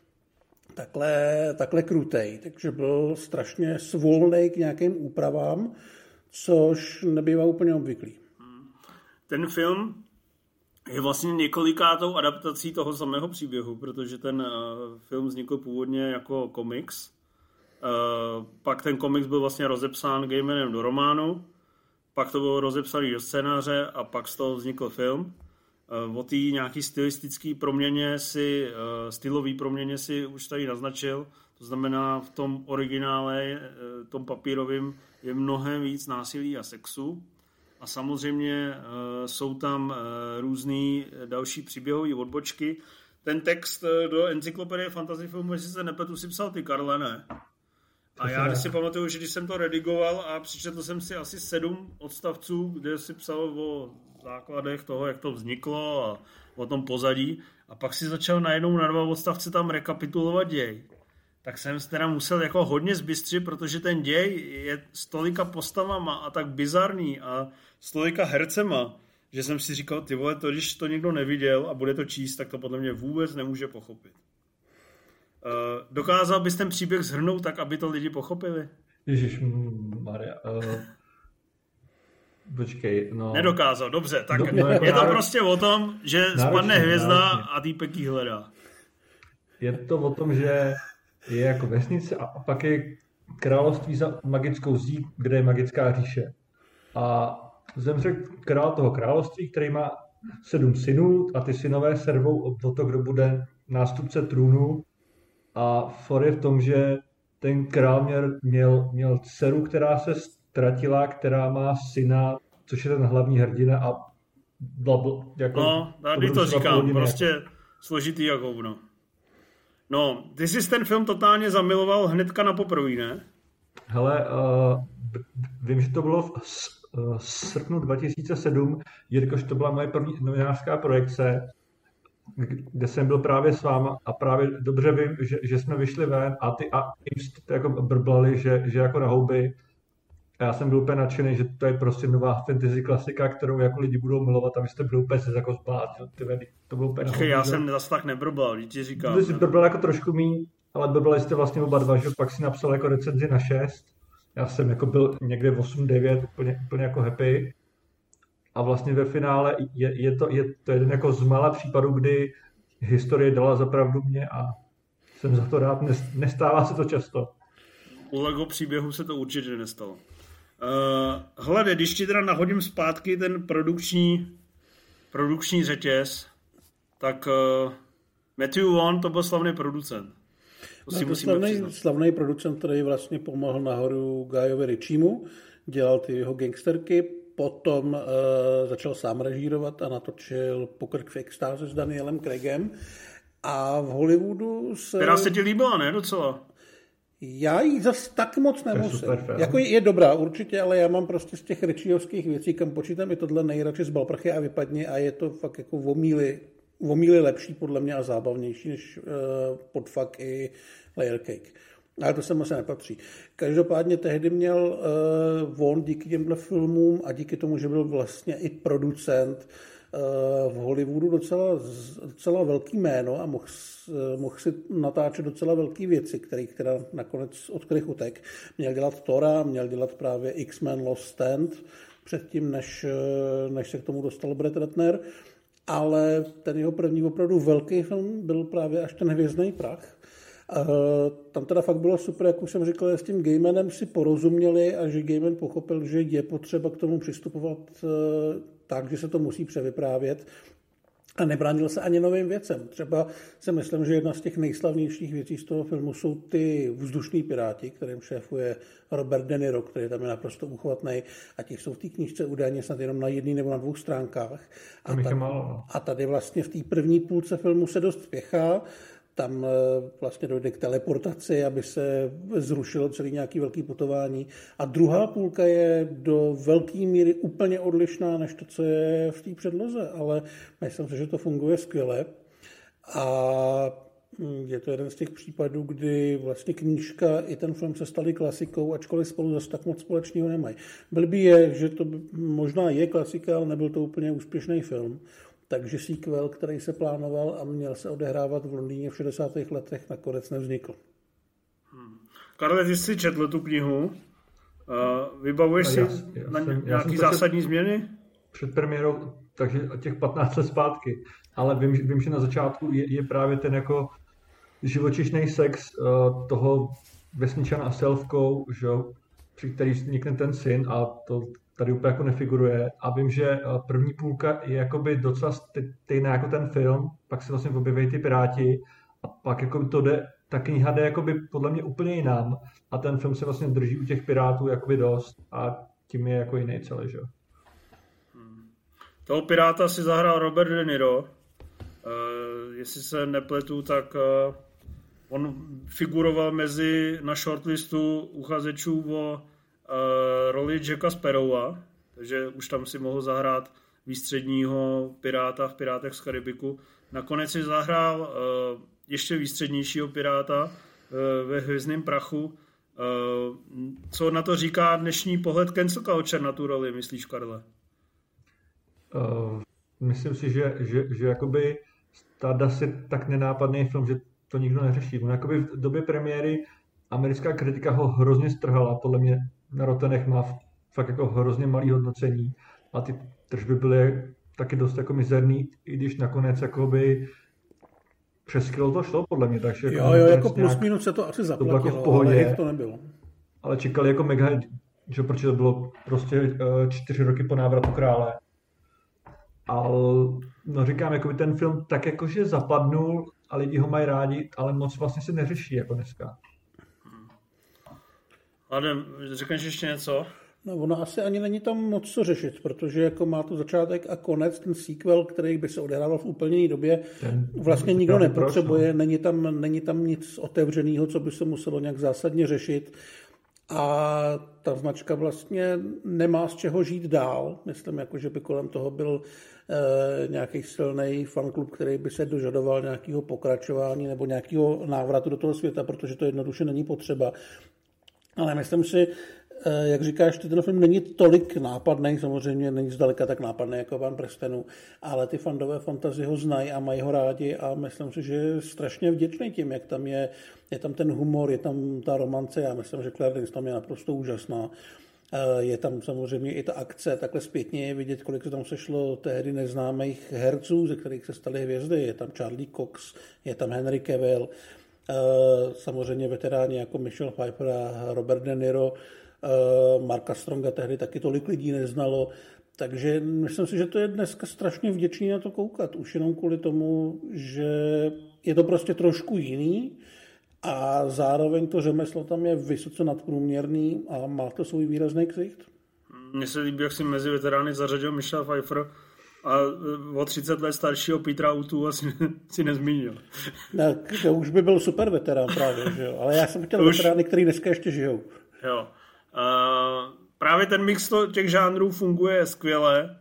takhle krutej. Takže byl strašně svolnej k nějakým úpravám, což nebývá úplně obvyklý. Ten film je vlastně několikátou adaptací toho samého příběhu, protože ten film vznikl původně jako komiks. Pak ten komiks byl vlastně rozepsán Gaimanem do románu, pak to bylo rozepsaný do scénáře a pak z toho vznikl film. O té nějaký stylistický proměně stylový proměně si už tady naznačil. To znamená, v tom originále, tom papírovém, je mnohem víc násilí a sexu. A samozřejmě jsou tam různý další příběhové odbočky. Ten text do encyklopedie fantasy filmu, jestli se nepletu, si psal ty, Karle, ne? A já si pamatuju, že když jsem to redigoval a přečetl jsem si asi 7 odstavců, kde si psal o základech toho, jak to vzniklo a o tom pozadí. A pak si začal najednou na 2 odstavce tam rekapitulovat děj. Tak jsem teda musel jako hodně zbystřit, protože ten děj je s tolika postavama a tak bizarní a s tolika hercema, že jsem si říkal, ty vole, to když to někdo neviděl a bude to číst, tak to podle mě vůbec nemůže pochopit. Dokázal bys ten příběh shrnout tak, aby to lidi pochopili? Ježišmarja. Počkej, no. Nedokázal, dobře. Tak je to prostě o tom, že spadne hvězda a týpek jí hledá. Je to o tom, že je jako vesnice a pak je království za magickou zdí, kde je magická říše. A zemře král toho království, který má 7 synů a ty synové se rvou o to, kdo bude nástupce trůnu. A for je v tom, že ten král měl dceru, která se ztratila, která má syna, což je ten hlavní hrdina a jako... No, tady to říkám, prostě složitý jak hovno. No, ty jsi ten film totálně zamiloval hnedka na poprvé, ne? Hele, vím, že to bylo v srpnu 2007, jelikož to byla moje první novinářská projekce, kde jsem byl právě s váma a právě dobře vím, že jsme vyšli ven a ty jste jako brblali, že jako na houby. A já jsem byl úplně nadšený, že to je prostě nová fantasy klasika, kterou jako lidi budou milovat a vy jste byli úplně se jako zbláznil. To bylo úplně Počkej, já jsem zase tak nebrbal, ti říkám. Ty jsi brbal jako trošku míň, ale brblali jste vlastně oba dva, že pak si napsal jako recenzi na 6. Já jsem jako byl někde 8-9, úplně jako happy. A vlastně ve finále je to jeden jako z mála případů, kdy historie dala zapravdu mě a jsem za to rád. Nestává se to často. U Lego příběhu se to určitě nestalo. Hlede, když ti teda nahodím zpátky ten produkční řetěz, tak Matthew Vaughn to byl slavný producent. To slavný producent, který vlastně pomohl nahoru Guyovi Ritchiemu, dělal ty jeho gangsterky, potom začal sám režírovat a natočil Poker v extáze s Danielem Craigem. A v Hollywoodu se... Která se ti líbila, ne? Docela. Já ji zas tak moc nemusím. Jako je dobrá určitě, ale já mám prostě z těch Ritchievských věcí, kam počítám i tohle nejradši z Balprchy a vypadně a je to fakt jako o míli lepší podle mě a zábavnější než Podfuck i Layer Cake. Ale to se moc nepatří. Každopádně tehdy měl Vaughn díky těmhle filmům a díky tomu, že byl vlastně i producent v Hollywoodu docela velký jméno a mohl si natáčet docela velké věci, které nakonec od kterých utek. Měl dělat Thora, měl dělat právě X-Men Lost Stand, předtím, než se k tomu dostal Brett Ratner, ale ten jeho první opravdu velký film byl právě až ten Hvězdný prach. Tam teda fakt bylo super, jak už jsem říkal, s tím Gaimanem si porozuměli a že Gaiman pochopil, že je potřeba k tomu přistupovat tak, že se to musí převyprávět. A nebránil se ani novým věcem. Třeba si myslím, že jedna z těch nejslavnějších věcí z toho filmu jsou ty vzdušní piráti, kterým šéfuje Robert De Niro, který tam je naprosto uchvatný. A ti jsou v té knížce údajně snad jenom na 1 nebo na 2 stránkách. A tady vlastně v té první půlce filmu se dost spěchá. Tam vlastně dojde k teleportaci, aby se zrušilo celý nějaký velký putování. A druhá půlka je do velké míry úplně odlišná než to, co je v té předloze, ale myslím si, že to funguje skvěle. A je to jeden z těch případů, kdy vlastně knížka i ten film se staly klasikou, ačkoliv spolu zase tak moc společného nemají. Blbý je, že to možná je klasika, ale nebyl to úplně úspěšný film. Takže sequel, který se plánoval a měl se odehrávat v Londýně v 60. letech, nakonec nevznikl. Karle, ty jsi četl tu knihu. Vybavuješ si nějaký zásadní změny? Před premiérou, takže těch 15 let zpátky. Ale vím, že na začátku je právě ten jako živočišný sex toho vesničana s elfkou, že, při který vznikne ten syn a to tady úplně jako nefiguruje. A vím, že první půlka je jakoby docela stejná jako ten film, pak se vlastně objeví ty piráti a pak jako to jde, ta kniha jde jakoby podle mě úplně jinam a ten film se vlastně drží u těch pirátů jakoby dost a tím je jako jiný celý, že? Toho piráta si zahrál Robert De Niro. Jestli se nepletu, tak on figuroval na shortlistu uchazečů o roli Jacka Sparrowa, takže už tam si mohl zahrát výstředního piráta v Pirátech z Karibiku. Nakonec si zahrál ještě výstřednějšího piráta ve Hvězdném prachu. Co na to říká dnešní pohled cancel culture na tu roli, myslíš, Karle? Myslím si, že jakoby Stardust je tak nenápadný film, že to nikdo neřeší. No, jakoby v době premiéry americká kritika ho hrozně strhala, podle mě na Rottenech má fakt jako hrozně malý hodnocení a ty tržby byly taky dost jako mizerný, i když nakonec jakoby přes kilo to šlo podle mě, takže jako plus minus se to asi zaplatilo, to jako v pohodě, ale to nebylo. Ale čekali jako mega, že protože to bylo prostě 4 roky po návratu krále. Ale no říkám, jakoby ten film tak jakože zapadnul a lidi ho mají rádi, ale moc vlastně se neřeší jako dneska. Adem, řekneš ještě něco? No ono asi ani není tam moc co řešit, protože jako má to začátek a konec, ten sequel, který by se odehrával v úplně jiné době, vlastně nikdo nepotřebuje, není tam nic otevřeného, co by se muselo nějak zásadně řešit a ta značka vlastně nemá z čeho žít dál. Myslím, jako, že by kolem toho byl nějaký silný fanklub, který by se dožadoval nějakého pokračování nebo nějakého návratu do toho světa, protože to jednoduše není potřeba. Ale myslím si, jak říkáš, ten film není tolik nápadný, samozřejmě není zdaleka tak nápadný jako Pán prstenů, ale ty fandové fantasy ho znají a mají ho rádi a myslím si, že je strašně vděčný tím, jak tam je tam ten humor, je tam ta romance, já myslím, že Claire Danes tam je naprosto úžasná. Je tam samozřejmě i ta akce, takhle zpětně je vidět, kolik se tam sešlo tehdy neznámých herců, ze kterých se staly hvězdy. Je tam Charlie Cox, je tam Henry Cavill, samozřejmě veteráni jako Michelle Pfeiffer a Robert De Niro, Marka Stronga tehdy taky tolik lidí neznalo, takže myslím si, že to je dneska strašně vděčný na to koukat, už jenom kvůli tomu, že je to prostě trošku jiný a zároveň to řemeslo tam je vysoce nadprůměrný a má to svůj výrazný ksicht. Mně se líbí, jak si mezi veterány zařadil Michelle Pfeiffer a o 30 let staršího Petra O'Toola si nezmínil. Tak to už by byl super veterán právě, že jo? Ale já jsem chtěl veterány, který dneska ještě žijou. Jo. Právě ten mix těch žánrů funguje skvěle.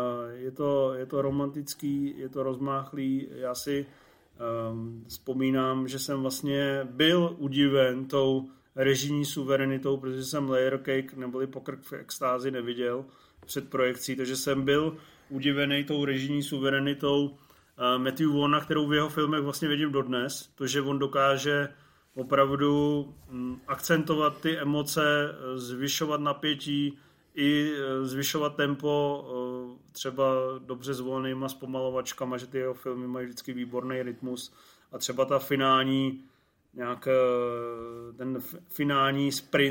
Je to romantický, je to rozmáchlý. Já si vzpomínám, že jsem vlastně byl udiven tou režijní suverenitou, protože jsem Layer Cake neboli Pokrk v extázi neviděl před projekcí, takže jsem byl udivený tou režijní suverenitou Matthew Vaughna, kterou v jeho filmech vlastně vidím dodnes. To, že on dokáže opravdu akcentovat ty emoce, zvyšovat napětí i zvyšovat tempo třeba dobře zvolenýma zpomalovačkama, že ty jeho filmy mají vždycky výborný rytmus a třeba ta finální ten finální sprint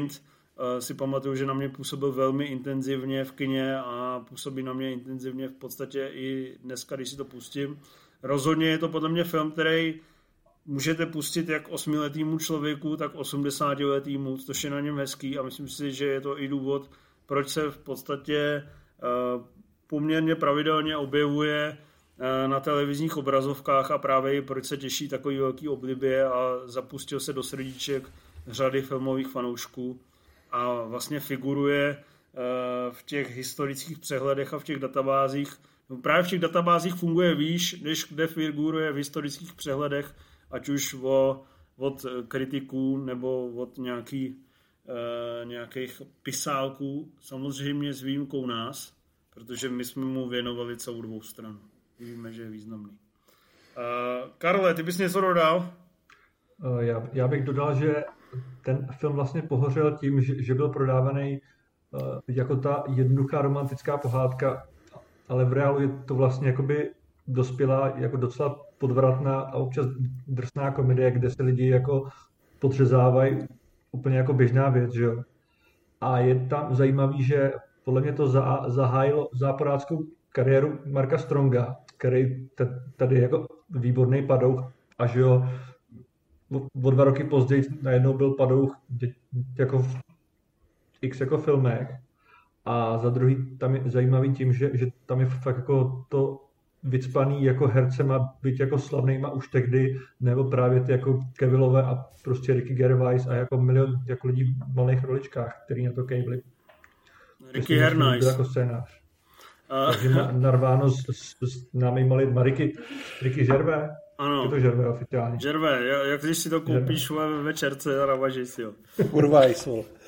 si pamatuju, že na mě působil velmi intenzivně v kině a působí na mě intenzivně v podstatě i dneska, když si to pustím. Rozhodně je to podle mě film, který můžete pustit jak 8letýmu člověku, tak 80letýmu, což je na něm hezký a myslím si, že je to i důvod, proč se v podstatě poměrně pravidelně objevuje na televizních obrazovkách a právě i proč se těší takový velký oblibě a zapustil se do srdíček řady filmových fanoušků a vlastně figuruje v těch historických přehledech a v těch databázích. Právě v těch databázích funguje výš, než kde figuruje v historických přehledech, ať už od kritiků nebo od nějakých pisálků, samozřejmě s výjimkou nás, protože my jsme mu věnovali celou 2 stranu. Víme, že je významný. Karle, ty bys něco dodal? Já bych dodal, že ten film vlastně pohořel tím, že byl prodávaný jako ta jednoduchá romantická pohádka, ale v reálu je to vlastně jakoby dospělá, jako docela podvratná a občas drsná komedie, kde se lidi jako podřezávají úplně jako běžná věc, že jo. A je tam zajímavý, že podle mě to zahájilo záporáckou kariéru Marka Stronga, který tady jako výborný padouch a že jo, o 2 roky později najednou byl padouch jako v X jako filmech. A za druhý tam je zajímavý tím, že tam je fakt jako to vycpaný jako hercema, byť jako slavnýma už tehdy, nebo právě ty jako Kevillové a prostě Ricky Gervais a jako milion jako lidí v malých roličkách, který na to kejvli. Ricky Gervais. Jako scénář. Takže narváno s námi lidma. Ricky Gervais. Ano. Je to Gervais oficiálně. Gervais, jak když si to koupíš ve večerce a navažíš si ho. Urvais.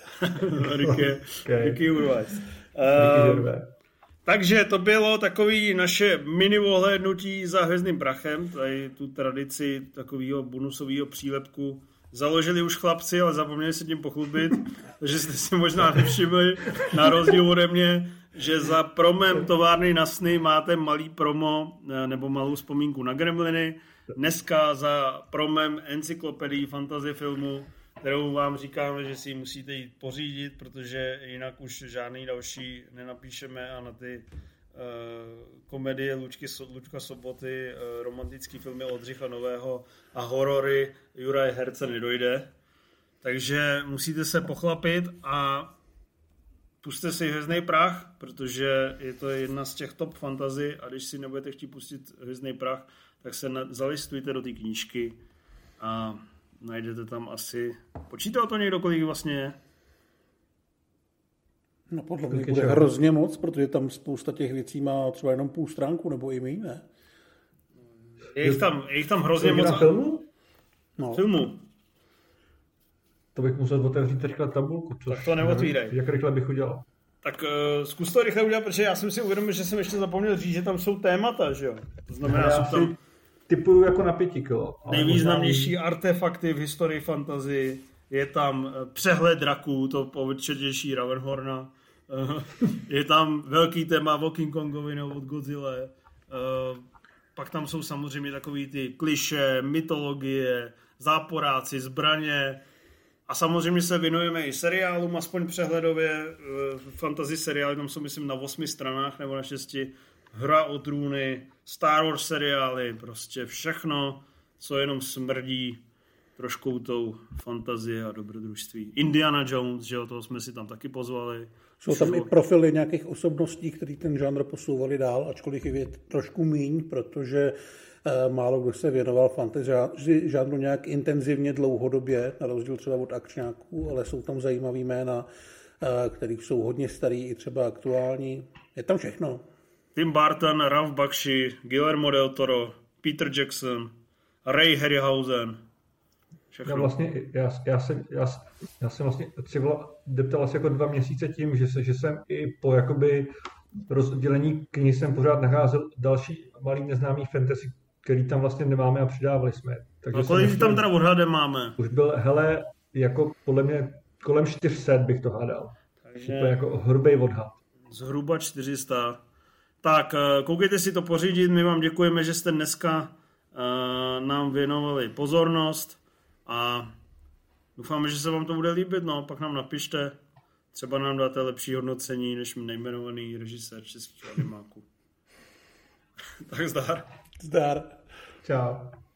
Ricky Urvais. Takže to bylo takový naše mini ohlédnutí za Hvězdným prachem, tady tu tradici takového bonusového přílepku založili už chlapci, ale zapomněli se tím pochlubit, takže jste si možná nevšimli, na rozdíl ode mě, že za promem továrny na sny máte malý promo nebo malou vzpomínku na Gremliny. Dneska za promem encyklopedii fantasy filmu, kterou vám říkáme, že si ji musíte jít pořídit, protože jinak už žádný další nenapíšeme a na ty komedie Lučka Soboty, romantický filmy Oldřicha Nového a horory Juraje Herce nedojde. Takže musíte se pochlapit a pusťte si Hvězdný prach, protože je to jedna z těch top fantasy a když si nebudete chtít pustit Hvězdný prach, tak se zalistujte do té knížky a najdete tam asi... Počítal to někdo, kolik vlastně je? No podle mě bude hrozně moc, protože tam spousta těch věcí má třeba jenom půl stránku, nebo i méně, ne? Je jich tam hrozně moc. Filmu? No. Filmu. To bych musel otevřít teďka tabulku. Tak to neotvírej. Jak rychle bych udělal? Tak zkus to rychle udělat, protože já jsem si uvědomil, že jsem ještě zapomněl říct, že tam jsou témata, že jo? To znamená, já jsou tam... Typuju jako na 5 kilo. Nejvýznamnější artefakty v historii fantasy, je tam přehled draků, to povečetější Ravenhorna, je tam velký téma o King Kongovi nebo od Godzilla, pak tam jsou samozřejmě takový ty klišé, mytologie, záporáci, zbraně a samozřejmě se věnujeme i seriálům, aspoň přehledově, fantasy seriály, tam jsou myslím na 8 stranách nebo na 6, Hra o trůny, Star Wars seriály, prostě všechno, co jenom smrdí trošku tou fantazie a dobrodružství. Indiana Jones, že jo, toho jsme si tam taky pozvali. Jsou tam i profily nějakých osobností, který ten žánr posouvali dál, ačkoliv je trošku míň, protože málo kdo se věnoval fantasy žánru nějak intenzivně dlouhodobě, na rozdíl třeba od akčňáků, ale jsou tam zajímavý jména, který jsou hodně starý i třeba aktuální. Je tam všechno. Tim Burton, Ralph Bakshi, Guillermo del Toro, Peter Jackson, Ray Harryhausen. Všechno. Já jsem vlastně deptal asi jako 2 měsíce tím, že jsem i po jakoby rozdělení knih jsem pořád nacházel další malý neznámý fantasy, který tam vlastně nemáme a přidávali jsme. Takže no kolik tam teda odhadem máme? Už byl, hele, jako podle mě kolem 400 bych to hádal. Takže úplně jako hrubej odhad. Zhruba 400. Tak, koukejte si to pořídit, my vám děkujeme, že jste dneska nám věnovali pozornost a doufáme, že se vám to bude líbit, no, pak nám napište Třeba nám dáte lepší hodnocení než nejmenovaný režisér českých animáků. Tak zdar. Zdar. Čau.